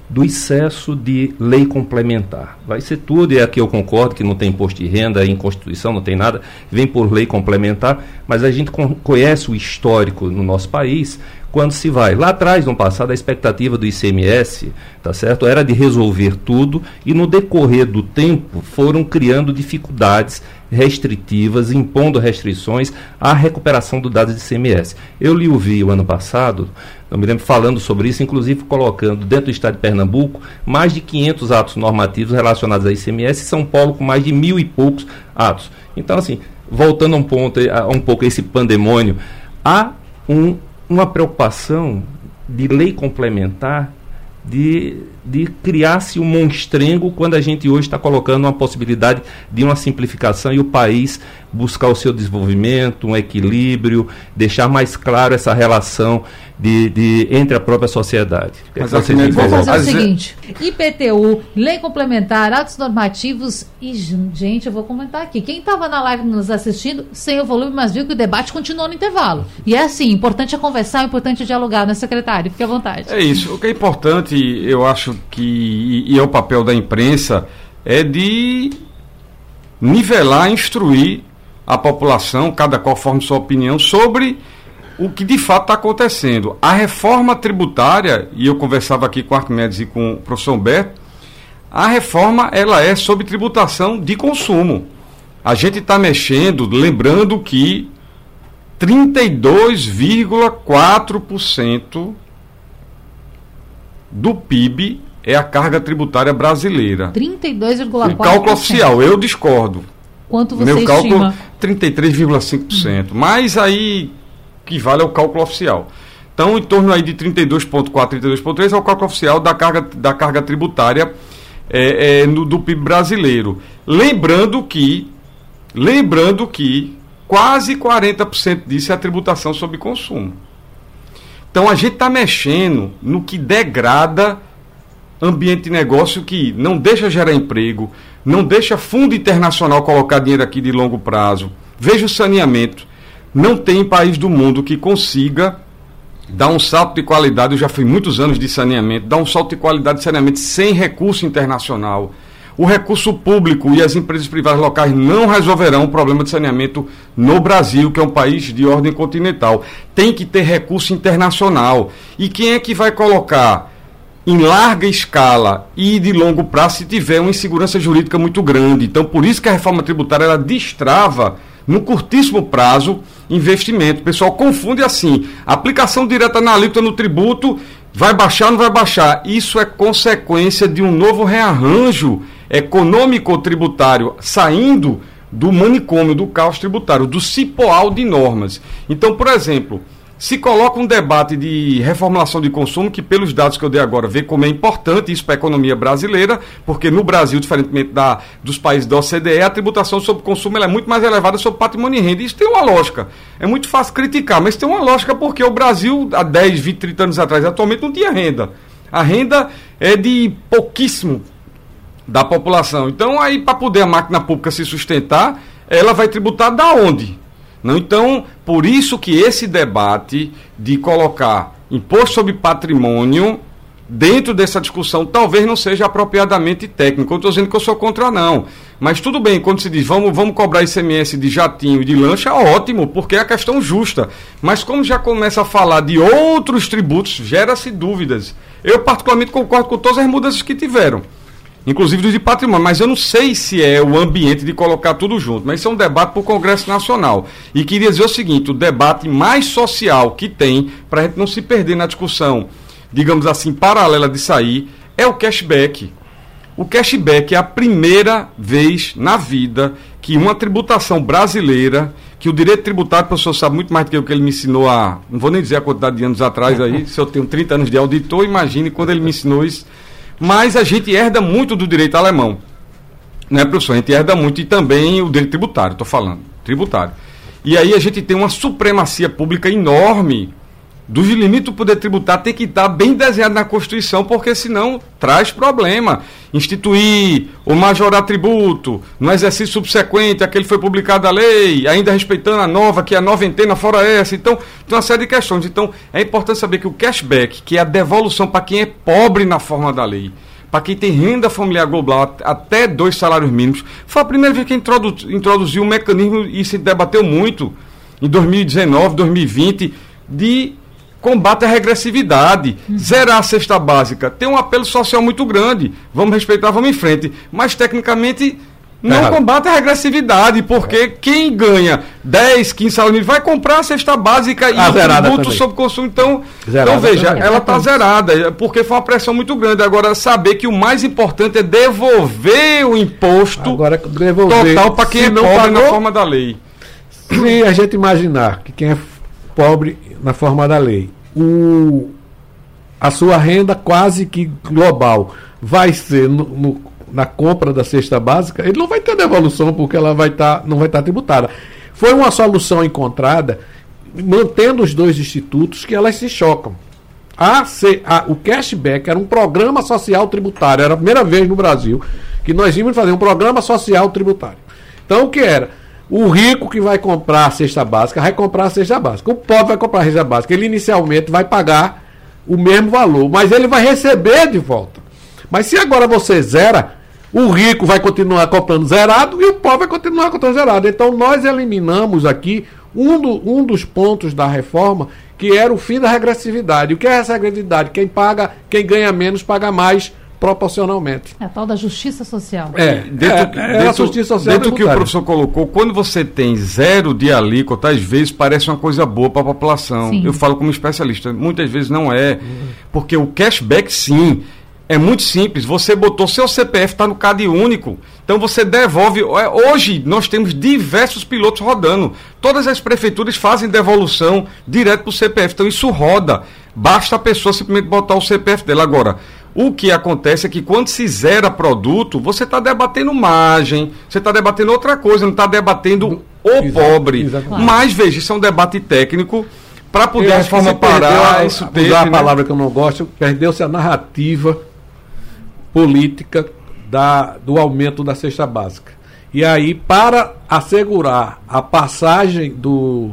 do excesso de lei complementar. Vai ser tudo, e aqui eu concordo que não tem imposto de renda, em Constituição não tem nada, vem por lei complementar, mas a gente conhece o histórico no nosso país, quando se vai. Lá atrás, no passado, a expectativa do I C M S, tá certo, era de resolver tudo, e no decorrer do tempo foram criando dificuldades restritivas, impondo restrições à recuperação do dado de I C M S. Eu lhe ouvi o ano passado, eu me lembro falando sobre isso, inclusive colocando dentro do estado de Pernambuco mais de quinhentos atos normativos relacionados a I C M S, e São Paulo com mais de mil e poucos atos. Então, assim, voltando a um, ponto, a um pouco a esse pandemônio, há um uma preocupação de lei complementar, de, de criar-se um monstrengo, quando a gente hoje está colocando uma possibilidade de uma simplificação e o país buscar o seu desenvolvimento, um equilíbrio, deixar mais claro essa relação de, de, entre a própria sociedade. Mas assim, vamos fazer o seguinte, I P T U, lei complementar, atos normativos e, gente, eu vou comentar aqui, quem estava na live nos assistindo, sem o volume, mas viu que o debate continuou no intervalo. E é assim, importante é conversar, importante é dialogar, né, secretário? Fique à vontade. É isso, o que é importante, eu acho que, e, e é o papel da imprensa, é de nivelar, instruir a população, cada qual forma sua opinião, sobre o que de fato está acontecendo. A reforma tributária, e eu conversava aqui com o Arquimedes e com o professor Humberto, a reforma ela é sobre tributação de consumo. A gente está mexendo, lembrando que trinta e dois vírgula quatro por cento do P I B é a carga tributária brasileira. trinta e dois vírgula quatro por cento. O cálculo oficial, eu discordo. Quanto você Meu cálculo, estima? trinta e três vírgula cinco por cento. Hum. Mas aí, que vale é o cálculo oficial. Então, em torno aí de trinta e dois vírgula quatro, trinta e dois vírgula três é o cálculo oficial da carga, da carga tributária é, é, no, do P I B brasileiro. Lembrando que, lembrando que quase quarenta por cento disso é a tributação sobre consumo. Então, a gente está mexendo no que degrada ambiente de negócio, que não deixa gerar emprego, não deixa fundo internacional colocar dinheiro aqui de longo prazo. Veja o saneamento. Não tem país do mundo que consiga dar um salto de qualidade, eu já fui muitos anos de saneamento, dar um salto de qualidade de saneamento sem recurso internacional. O recurso público e as empresas privadas locais não resolverão o problema de saneamento no Brasil, que é um país de ordem continental. Tem que ter recurso internacional. E quem é que vai colocar em larga escala e de longo prazo se tiver uma insegurança jurídica muito grande? Então, por isso que a reforma tributária ela destrava, no curtíssimo prazo, investimento. O pessoal confunde assim, aplicação direta na alíquota no tributo, vai baixar ou não vai baixar? Isso é consequência de um novo rearranjo econômico-tributário, saindo do manicômio, do caos tributário, do cipoal de normas. Então, por exemplo, se coloca um debate de reformulação de consumo, que pelos dados que eu dei agora, vê como é importante isso para a economia brasileira, porque no Brasil, diferentemente da, dos países da O C D E, a tributação sobre consumo ela é muito mais elevada sobre patrimônio e renda. Isso tem uma lógica. É muito fácil criticar, mas tem uma lógica porque o Brasil, há dez, vinte, trinta anos atrás, atualmente não tinha renda. A renda é de pouquíssimo da população. Então, aí, para poder a máquina pública se sustentar, ela vai tributar da onde? Não, então, por isso que esse debate de colocar imposto sobre patrimônio dentro dessa discussão talvez não seja apropriadamente técnico. Eu estou dizendo que eu sou contra, não. Mas tudo bem, quando se diz vamos, vamos cobrar I C M S de jatinho e de lancha, ótimo, porque é a questão justa. Mas como já começa a falar de outros tributos, gera-se dúvidas. Eu particularmente concordo com todas as mudanças que tiveram, inclusive dos de patrimônio, mas eu não sei se é o ambiente de colocar tudo junto, mas isso é um debate para o Congresso Nacional. E queria dizer o seguinte, o debate mais social que tem, para a gente não se perder na discussão, digamos assim, paralela de sair, é o cashback. O cashback é a primeira vez na vida que uma tributação brasileira, que o direito tributário, o professor sabe muito mais do que o que ele me ensinou há, não vou nem dizer a quantidade de anos atrás aí, se eu tenho trinta anos de auditor, imagine quando ele me ensinou isso. Mas a gente herda muito do direito alemão, né, professor? A gente herda muito, e também o direito tributário, estou falando, tributário. E aí a gente tem uma supremacia pública enorme dos limites do poder tributário tem que estar bem desenhado na Constituição, porque senão traz problema. Instituir ou majorar tributo no exercício subsequente àquele que foi publicado a lei, ainda respeitando a nova, que é a noventena fora essa. Então, tem uma série de questões. Então, é importante saber que o cashback, que é a devolução para quem é pobre na forma da lei, para quem tem renda familiar global até dois salários mínimos, foi a primeira vez que introdu, introduziu um mecanismo, e se debateu muito, em dois mil e dezenove, dois mil e vinte, de combate à regressividade, uhum. zerar a cesta básica. Tem um apelo social muito grande. Vamos respeitar, vamos em frente. Mas, tecnicamente, não é combate a regressividade, porque é. quem ganha dez, quinze salários mínimos vai comprar a cesta básica e ah, o tributo sobre consumo. Então, então veja, também. ela está zerada, porque foi uma pressão muito grande. Agora, saber que o mais importante é devolver o imposto Agora, devolver, total para quem é não pobre pagou, na forma da lei. Se a gente imaginar que quem é pobre na forma da lei, o, a sua renda quase que global vai ser no, no, na compra da cesta básica, ele não vai ter devolução porque ela vai tá, não vai estar tá tributada. Foi uma solução encontrada mantendo os dois institutos que elas se chocam. A, C, a, o cashback era um programa social tributário, era a primeira vez no Brasil que nós íamos fazer um programa social tributário. Então o que era? O rico que vai comprar a cesta básica vai comprar a cesta básica. O pobre vai comprar a cesta básica. Ele inicialmente vai pagar o mesmo valor, mas ele vai receber de volta. Mas se agora você zera, o rico vai continuar comprando zerado e o pobre vai continuar comprando zerado. Então nós eliminamos aqui um, do, um dos pontos da reforma, que era o fim da regressividade. O que é essa regressividade? Quem paga, quem ganha menos paga mais proporcionalmente. É a tal da justiça social. É, dentro, é, é a justiça social. Dentro do que o professor colocou, quando você tem zero de alíquota, às vezes parece uma coisa boa para a população. Sim. Eu falo como especialista, muitas vezes não é. Porque o cashback, sim, é muito simples. Você botou seu C P F, está no CAD único. Então você devolve. Hoje nós temos diversos pilotos rodando. Todas as prefeituras fazem devolução direto para o C P F. Então isso roda. Basta a pessoa simplesmente botar o C P F dela. Agora, o que acontece é que quando se zera produto, você está debatendo margem, você está debatendo outra coisa, não está debatendo o Exato, pobre. Exatamente. Mas, veja, isso é um debate técnico para poder a forma parar. Isso teve, usar a né? palavra que eu não gosto, perdeu-se a narrativa política da, do aumento da cesta básica. E aí, para assegurar a passagem do,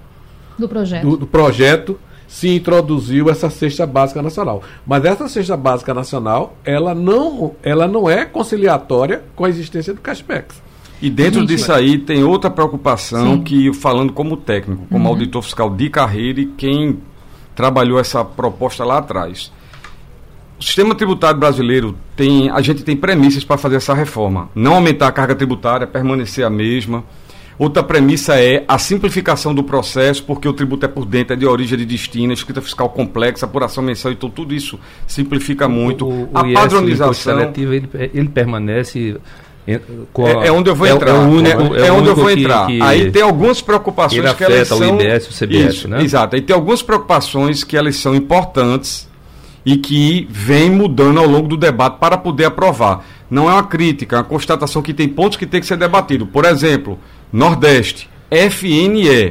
do projeto, do, do projeto se introduziu essa cesta básica nacional. Mas essa cesta básica nacional, ela não, ela não é conciliatória com a existência do cashback. E dentro Gente, disso aí tem outra preocupação sim. que, falando como técnico, como uhum. auditor fiscal de carreira e quem trabalhou essa proposta lá atrás. O sistema tributário brasileiro tem, a gente tem premissas para fazer essa reforma. Não aumentar a carga tributária, permanecer a mesma. Outra premissa é a simplificação do processo, porque o tributo é por dentro, é de origem de destino, escrita fiscal complexa, apuração mensal, então tudo isso simplifica muito. O, o, a o padronização... seletivo, ele, ele permanece... Com a, é, é onde eu vou é, entrar. É, único, é, é onde eu vou entrar. Que, que aí tem algumas preocupações ele que elas são... o I B S, o C B S, isso, né? Exato. Aí tem algumas preocupações que elas são importantes e que vem mudando ao longo do debate para poder aprovar. Não é uma crítica, é uma constatação que tem pontos que tem que ser debatido. Por exemplo... Nordeste, F N E.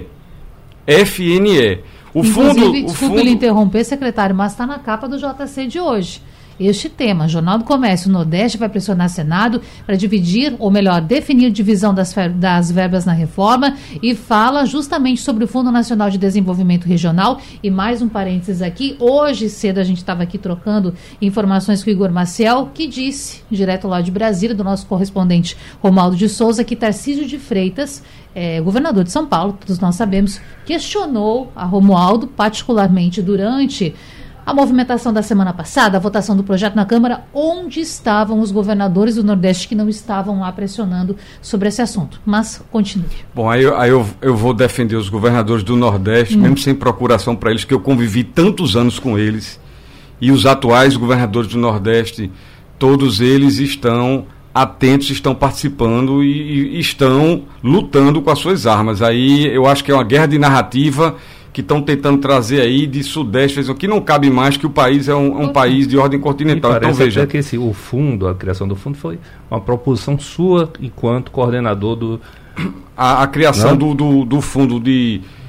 F N E. O Inclusive, fundo, desculpe o fundo... lhe interromper, secretário, mas está na capa do J C de hoje. Este tema, Jornal do Comércio, o Nordeste vai pressionar Senado para dividir, ou melhor, definir divisão das, das verbas na reforma e fala justamente sobre o Fundo Nacional de Desenvolvimento Regional. E mais um parênteses aqui, hoje cedo a gente estava aqui trocando informações com o Igor Maciel, que disse, direto lá de Brasília, do nosso correspondente Romaldo de Souza, que Tarcísio de Freitas, é, governador de São Paulo, todos nós sabemos, questionou a Romualdo, particularmente durante... a movimentação da semana passada, a votação do projeto na Câmara, onde estavam os governadores do Nordeste que não estavam lá pressionando sobre esse assunto. Mas continue. Bom, aí, eu, aí eu, eu vou defender os governadores do Nordeste, hum. mesmo sem procuração para eles, que eu convivi tantos anos com eles. E os atuais governadores do Nordeste, todos eles estão atentos, estão participando e, e estão lutando com as suas armas. Aí eu acho que é uma guerra de narrativa que estão tentando trazer aí de Sudeste, que não cabe mais, que o país é um, um país de ordem continental. Então veja que esse, o fundo, a criação do fundo foi uma proposição sua enquanto coordenador do... A, a criação do, do, do fundo de,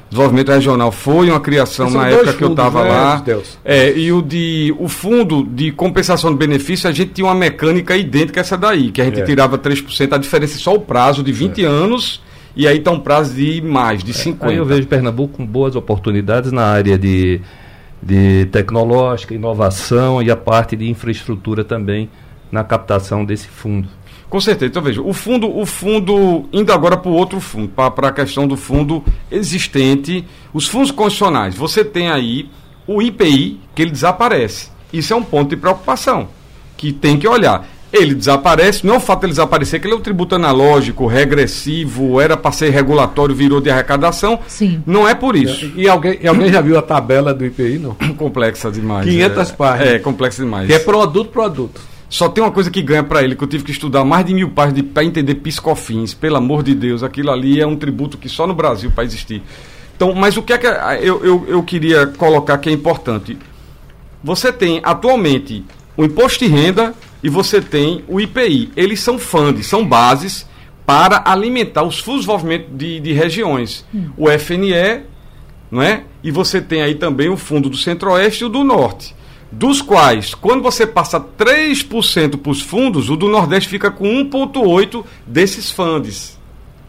Desenvolvimento Regional foi uma criação na época que eu estava né, lá. Deus. É, e o, de, o fundo de compensação de benefício, a gente tinha uma mecânica idêntica a essa daí, que a gente é. tirava três por cento, a diferença é só o prazo de vinte é. anos, e aí está um prazo de mais, de cinquenta. Aí eu vejo Pernambuco com boas oportunidades na área de, de tecnológica, inovação e a parte de infraestrutura também na captação desse fundo. Com certeza. Então, veja, o fundo, o fundo indo agora para o outro fundo, para a questão do fundo existente, os fundos constitucionais, você tem aí o I P I, que ele desaparece. Isso é um ponto de preocupação, que tem que olhar. Ele desaparece, não é o fato de ele desaparecer, que ele é um tributo analógico, regressivo, era para ser regulatório, virou de arrecadação. Sim. Não é por isso. E, e, alguém, e alguém já viu a tabela do I P I, não? Complexa demais. quinhentas é, páginas. É, complexa demais. Que é produto, produto. Só tem uma coisa que ganha para ele, que eu tive que estudar mais de mil páginas para entender PIS/COFINS. Pelo amor de Deus, aquilo ali é um tributo que só no Brasil para existir. Então, mas o que é que eu, eu, eu queria colocar que é importante? Você tem atualmente o imposto de renda e você tem o I P I. Eles são fundos, são bases para alimentar os fundos de desenvolvimento de, de regiões. Hum. O F N E, não é? E você tem aí também o fundo do Centro-Oeste e o do Norte. Dos quais, quando você passa três por cento para os fundos, o do Nordeste fica com um vírgula oito por cento desses fundos.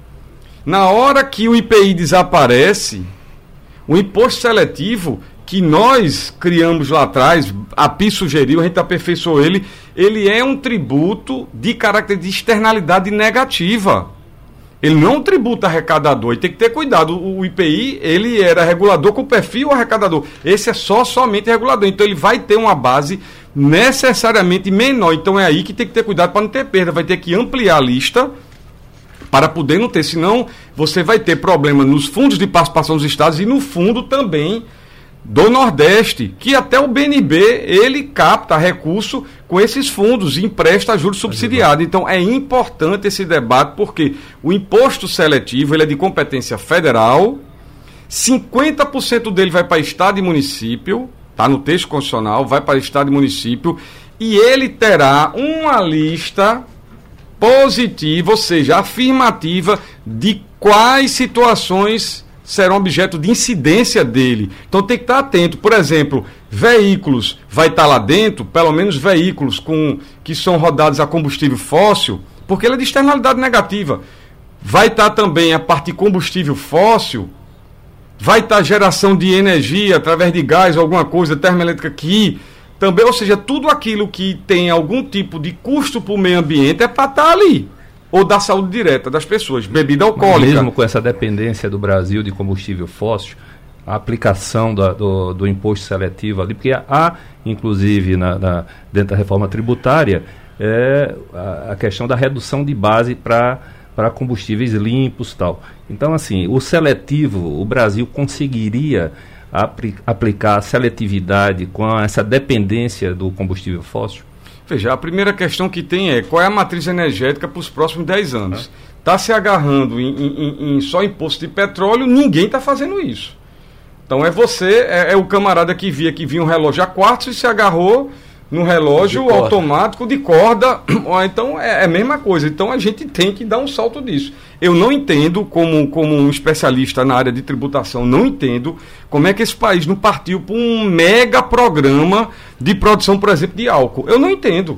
Na hora que o I P I desaparece, o imposto seletivo, que nós criamos lá atrás, a P I sugeriu, a gente aperfeiçoou ele, ele é um tributo de caráter de externalidade negativa. Ele não é um tributo arrecadador, e tem que ter cuidado. O I P I, ele era regulador com perfil arrecadador. Esse é só somente regulador. Então ele vai ter uma base necessariamente menor. Então é aí que tem que ter cuidado para não ter perda. Vai ter que ampliar a lista para poder não ter. Senão você vai ter problema nos fundos de participação dos estados e no fundo também do Nordeste, que até o B N B, ele capta recurso com esses fundos e empresta juros subsidiados. Então é importante esse debate, porque o imposto seletivo, ele é de competência federal, cinquenta por cento dele vai para estado e município, está no texto constitucional, vai para estado e município, e ele terá uma lista positiva, ou seja, afirmativa, de quais situações serão objeto de incidência dele. Então tem que estar atento. Por exemplo, veículos, vai estar lá dentro, pelo menos veículos com, que são rodados a combustível fóssil, porque ele é de externalidade negativa. Vai estar também a parte de combustível fóssil, vai estar geração de energia através de gás ou alguma coisa, termoelétrica aqui, também, ou seja, tudo aquilo que tem algum tipo de custo para o meio ambiente é para estar ali. Ou da saúde direta das pessoas, bebida alcoólica. Mesmo com essa dependência do Brasil de combustível fóssil, a aplicação da, do, do imposto seletivo ali, porque há, inclusive, na, na, dentro da reforma tributária, é, a, a questão da redução de base para combustíveis limpos e tal. Então, assim, o seletivo, o Brasil conseguiria apli, aplicar a seletividade com essa dependência do combustível fóssil? Veja, a primeira questão que tem é qual é a matriz energética para os próximos dez anos. Está se agarrando em, em, em só imposto de petróleo, ninguém está fazendo isso. Então é você, é, é o camarada que via que vinha um relógio a quartzo e se agarrou no relógio de automático de corda. Então é, é a mesma coisa. Então a gente tem que dar um salto disso. Eu não entendo, como, como um especialista na área de tributação, não entendo como é que esse país não partiu para um mega programa de produção, por exemplo, de álcool. Eu não entendo.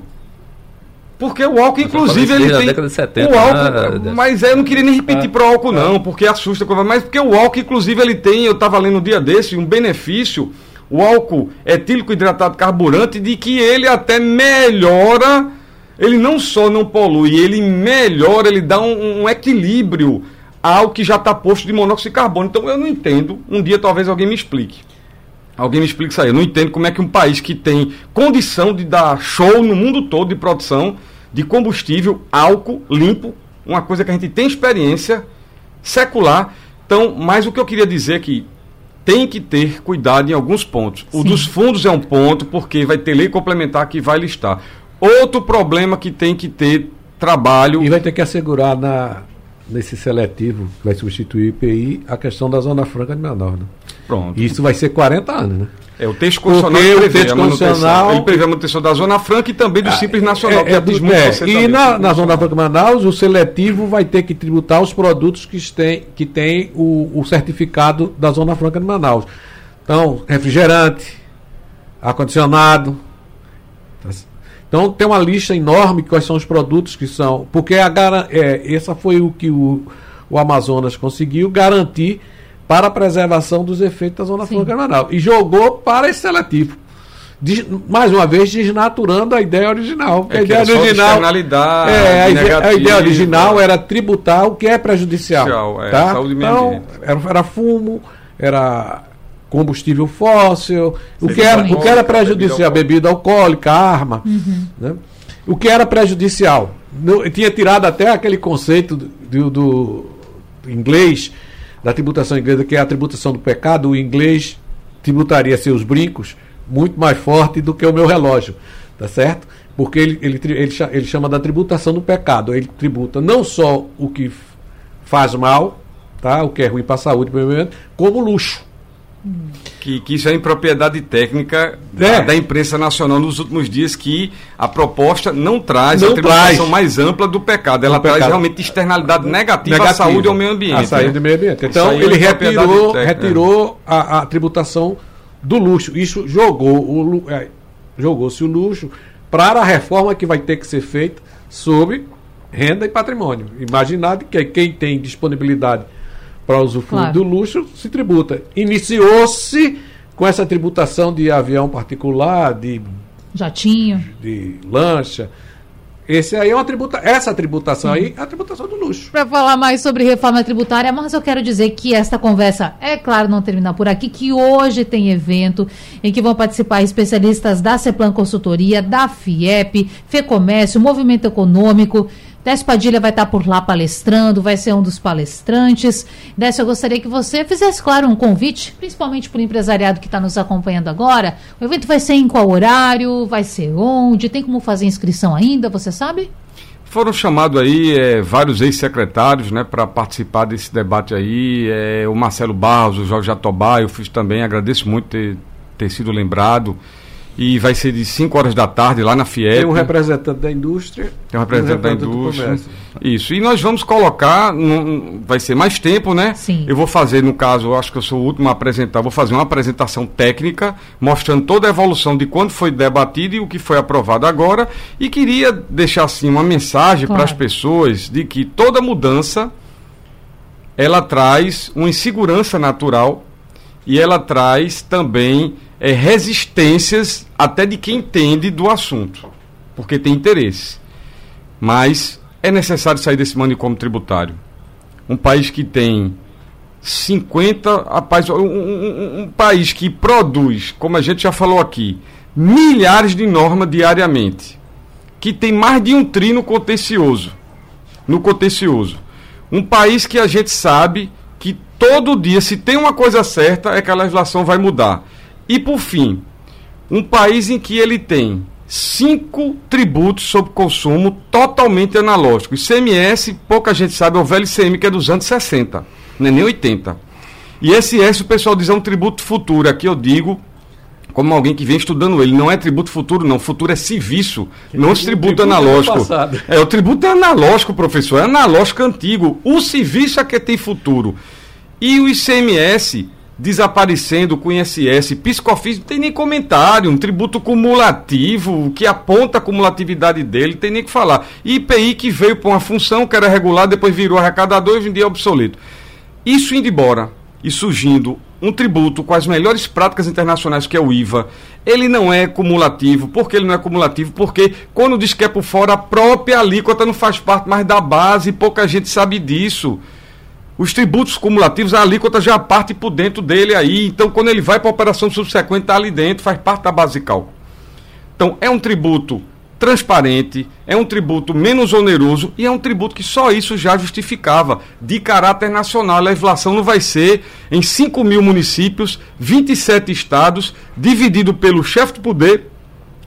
Porque o álcool, inclusive, ele tem... década de setenta, o álcool, né? Mas eu não queria nem repetir ah, para o álcool, não, ah. porque assusta. Mas porque o álcool, inclusive, ele tem, eu estava lendo um dia desse, um benefício, o álcool etílico hidratado carburante, de que ele até melhora... Ele não só não polui, ele melhora, ele dá um, um equilíbrio ao que já está posto de monóxido de carbono. Então eu não entendo, um dia talvez alguém me explique. Alguém me explique isso aí. Eu não entendo como é que um país que tem condição de dar show no mundo todo de produção de combustível, álcool, limpo, uma coisa que a gente tem experiência secular. Então, mas o que eu queria dizer é que tem que ter cuidado em alguns pontos. Sim. O dos fundos é um ponto, porque vai ter lei complementar que vai listar. Outro problema que tem que ter trabalho... E vai ter que assegurar na, nesse seletivo que vai substituir o I P I, a questão da Zona Franca de Manaus. Né? Pronto. E isso vai ser quarenta anos, né? É, o texto constitucional Porque prevê o texto a manutenção, constitucional- ele prevê a manutenção da Zona Franca e também do Simples Nacional, que É, é, diz do- muito é, perfeitamente. e na, na Zona Franca de Manaus, o seletivo vai ter que tributar os produtos que têm que tem o, o certificado da Zona Franca de Manaus. Então, refrigerante, ar-condicionado. Então, tem uma lista enorme de quais são os produtos que são. Porque a, garan- é, essa foi o que o, o Amazonas conseguiu garantir para a preservação dos efeitos da Zona Sim. Franca de Manaus. E jogou para esse seletivo. Des- mais uma vez, desnaturando a ideia original. É a que ideia era só original. externalidade, É, a, ide- a negativa. ideia original era tributar o que é prejudicial. Prejudicial, é, tá? saúde e meio Então, ambiente. era, era fumo, era combustível fóssil, o que, Bebida era, o que era alcoólica, prejudicial, bebida bebida alcoólica, arma. Né? O que era prejudicial. No- tinha tirado até aquele conceito do, do, do inglês, da tributação inglesa, que é a tributação do pecado. O inglês tributaria seus brincos muito mais forte do que o meu relógio, tá certo? Porque ele, ele, tri- ele, cha- ele chama da tributação do pecado. Ele tributa não só o que f- faz mal, tá? O que é ruim para a saúde, como luxo. Que, que isso é impropriedade técnica É. da, da imprensa nacional nos últimos dias, que a proposta não traz Não a tributação traz. mais ampla do pecado. Ela Do traz pecado. realmente externalidade negativa, à Negativa. saúde e ao meio ambiente. A saúde né? e meio ambiente. Isso Então, aí é ele impropriedade retirou, técnica. retirou a, a tributação do luxo. Isso jogou o lu- é, jogou-se o luxo para a reforma que vai ter que ser feita sobre renda e patrimônio. Imaginar que quem tem disponibilidade para usufruir Claro. do luxo se tributa. Iniciou-se com essa tributação de avião particular, de Jatinho. de lancha. Esse aí é uma tributa, essa tributação aí é a tributação do luxo. Para falar mais sobre reforma tributária, mas eu quero dizer que esta conversa, é claro, não termina por aqui, que hoje tem evento em que vão participar especialistas da Ceplan Consultoria, da FIEP, FEComércio, Movimento Econômico. Décio Padilha vai estar por lá palestrando, vai ser um dos palestrantes. Décio, eu gostaria que você fizesse, claro, um convite, principalmente para o empresariado que está nos acompanhando agora. O evento vai ser em qual horário? Vai ser onde? Tem como fazer inscrição ainda, você sabe? Foram chamados aí é, vários ex-secretários, né, para participar desse debate aí. É, o Marcelo Barros, o Jorge Jatobá, eu fiz também, agradeço muito ter, ter sido lembrado. E vai ser de cinco horas da tarde lá na FIEP. Tem um representante da indústria. Tem um representante da do indústria. comércio. Isso. E nós vamos colocar, num- vai ser mais tempo, né? Sim. Eu vou fazer, no caso, eu acho que eu sou o último a apresentar, vou fazer uma apresentação técnica, mostrando toda a evolução de quando foi debatido e o que foi aprovado agora. E queria deixar, assim, uma mensagem Claro. para as pessoas de que toda mudança, ela traz uma insegurança natural e ela traz também é, resistências até de quem entende do assunto, porque tem interesse. Mas é necessário sair desse manicômio tributário. Um país que tem cinquenta, rapaz, um, um, um país que produz, como a gente já falou aqui, milhares de normas diariamente, que tem mais de um tri no contencioso, no contencioso. Um país que a gente sabe que todo dia, se tem uma coisa certa, é que a legislação vai mudar. E, por fim, um país em que ele tem cinco tributos sobre consumo totalmente analógicos. I C M S, pouca gente sabe, é o velho I C M, que é dos anos sessenta, não é nem oitenta. E esse S, o pessoal diz, é um tributo futuro. Aqui eu digo, como alguém que vem estudando ele, não é tributo futuro, não. Futuro é serviço, não esse tributo tributo é analógico. passado. É, o tributo é analógico, professor, é analógico antigo. O serviço é que tem futuro. E o I C M S desaparecendo com I S S, PiscoFins, não tem nem comentário, um tributo cumulativo, que aponta a cumulatividade dele, tem nem que falar. I P I que veio para uma função que era regular, depois virou arrecadador e hoje em dia é obsoleto. Isso indo embora e surgindo um tributo com as melhores práticas internacionais, que é o I V A, ele não é cumulativo. Por que ele não é cumulativo? Porque quando diz que é por fora, a própria alíquota não faz parte mais da base, e pouca gente sabe disso. Os tributos cumulativos, a alíquota já parte por dentro dele aí. Então, quando ele vai para a operação subsequente, está ali dentro, faz parte da base de cálculo. Então, é um tributo transparente, é um tributo menos oneroso e é um tributo que só isso já justificava, de caráter nacional. A legislação não vai ser em cinco mil municípios, vinte e sete estados, dividido pelo chefe do poder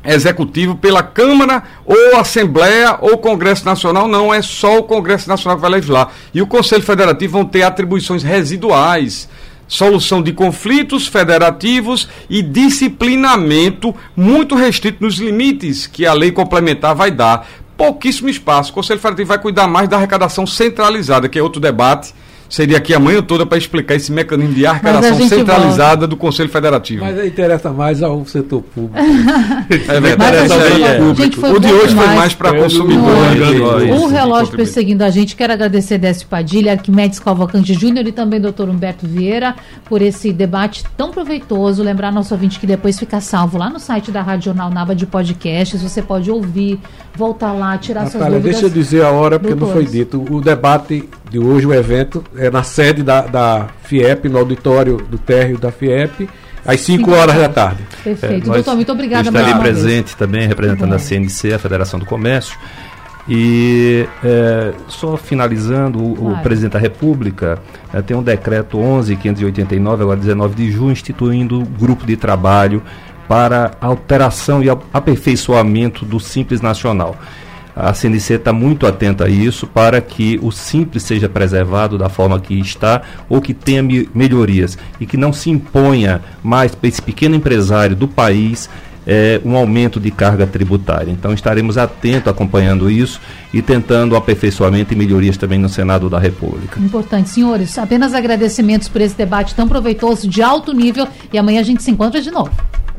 executivo pela Câmara ou Assembleia ou Congresso Nacional, não, é só o Congresso Nacional que vai legislar. E o Conselho Federativo vão ter atribuições residuais, solução de conflitos federativos e disciplinamento muito restrito nos limites que a lei complementar vai dar. Pouquíssimo espaço. O Conselho Federativo vai cuidar mais da arrecadação centralizada, que é outro debate. Seria aqui a manhã toda para explicar esse mecanismo de arrecadação centralizada volta. do Conselho Federativo. Mas aí interessa mais ao setor público. É verdade. Mas, aí, é. gente, o de hoje foi mais para consumidores. O relógio perseguindo a gente. Quero agradecer Décio Padilha, Arquimedes Cavalcante Júnior e também doutor Humberto Vieira por esse debate tão proveitoso. Lembrar nosso ouvinte que depois fica salvo lá no site da Rádio Jornal Nava de podcasts. Você pode ouvir, voltar lá, tirar Natália, suas dúvidas. Deixa eu dizer a hora, porque doutores. Não foi dito. O debate de hoje, o evento, é na sede da, da FIEP, no auditório do térreo da FIEP, às cinco horas da tarde. Perfeito. É, Doutor, muito obrigada. Eu estarei presente vez. também, representando Bom. a C N C, a Federação do Comércio. E é, só finalizando, o, claro. o presidente da República é, tem um decreto onze mil quinhentos e oitenta e nove, agora dezenove de junho, instituindo um grupo de trabalho para alteração e aperfeiçoamento do Simples Nacional. A C N C está muito atenta a isso para que o Simples seja preservado da forma que está ou que tenha me- melhorias e que não se imponha mais para esse pequeno empresário do país é, um aumento de carga tributária. Então estaremos atentos acompanhando isso e tentando aperfeiçoamento e melhorias também no Senado da República. Importante. Senhores, apenas agradecimentos por esse debate tão proveitoso, de alto nível, e amanhã a gente se encontra de novo.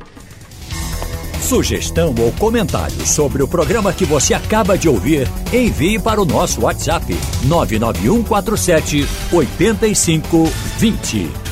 Sugestão ou comentário sobre o programa que você acaba de ouvir, envie para o nosso WhatsApp nove nove um quatro sete oito cinco dois zero.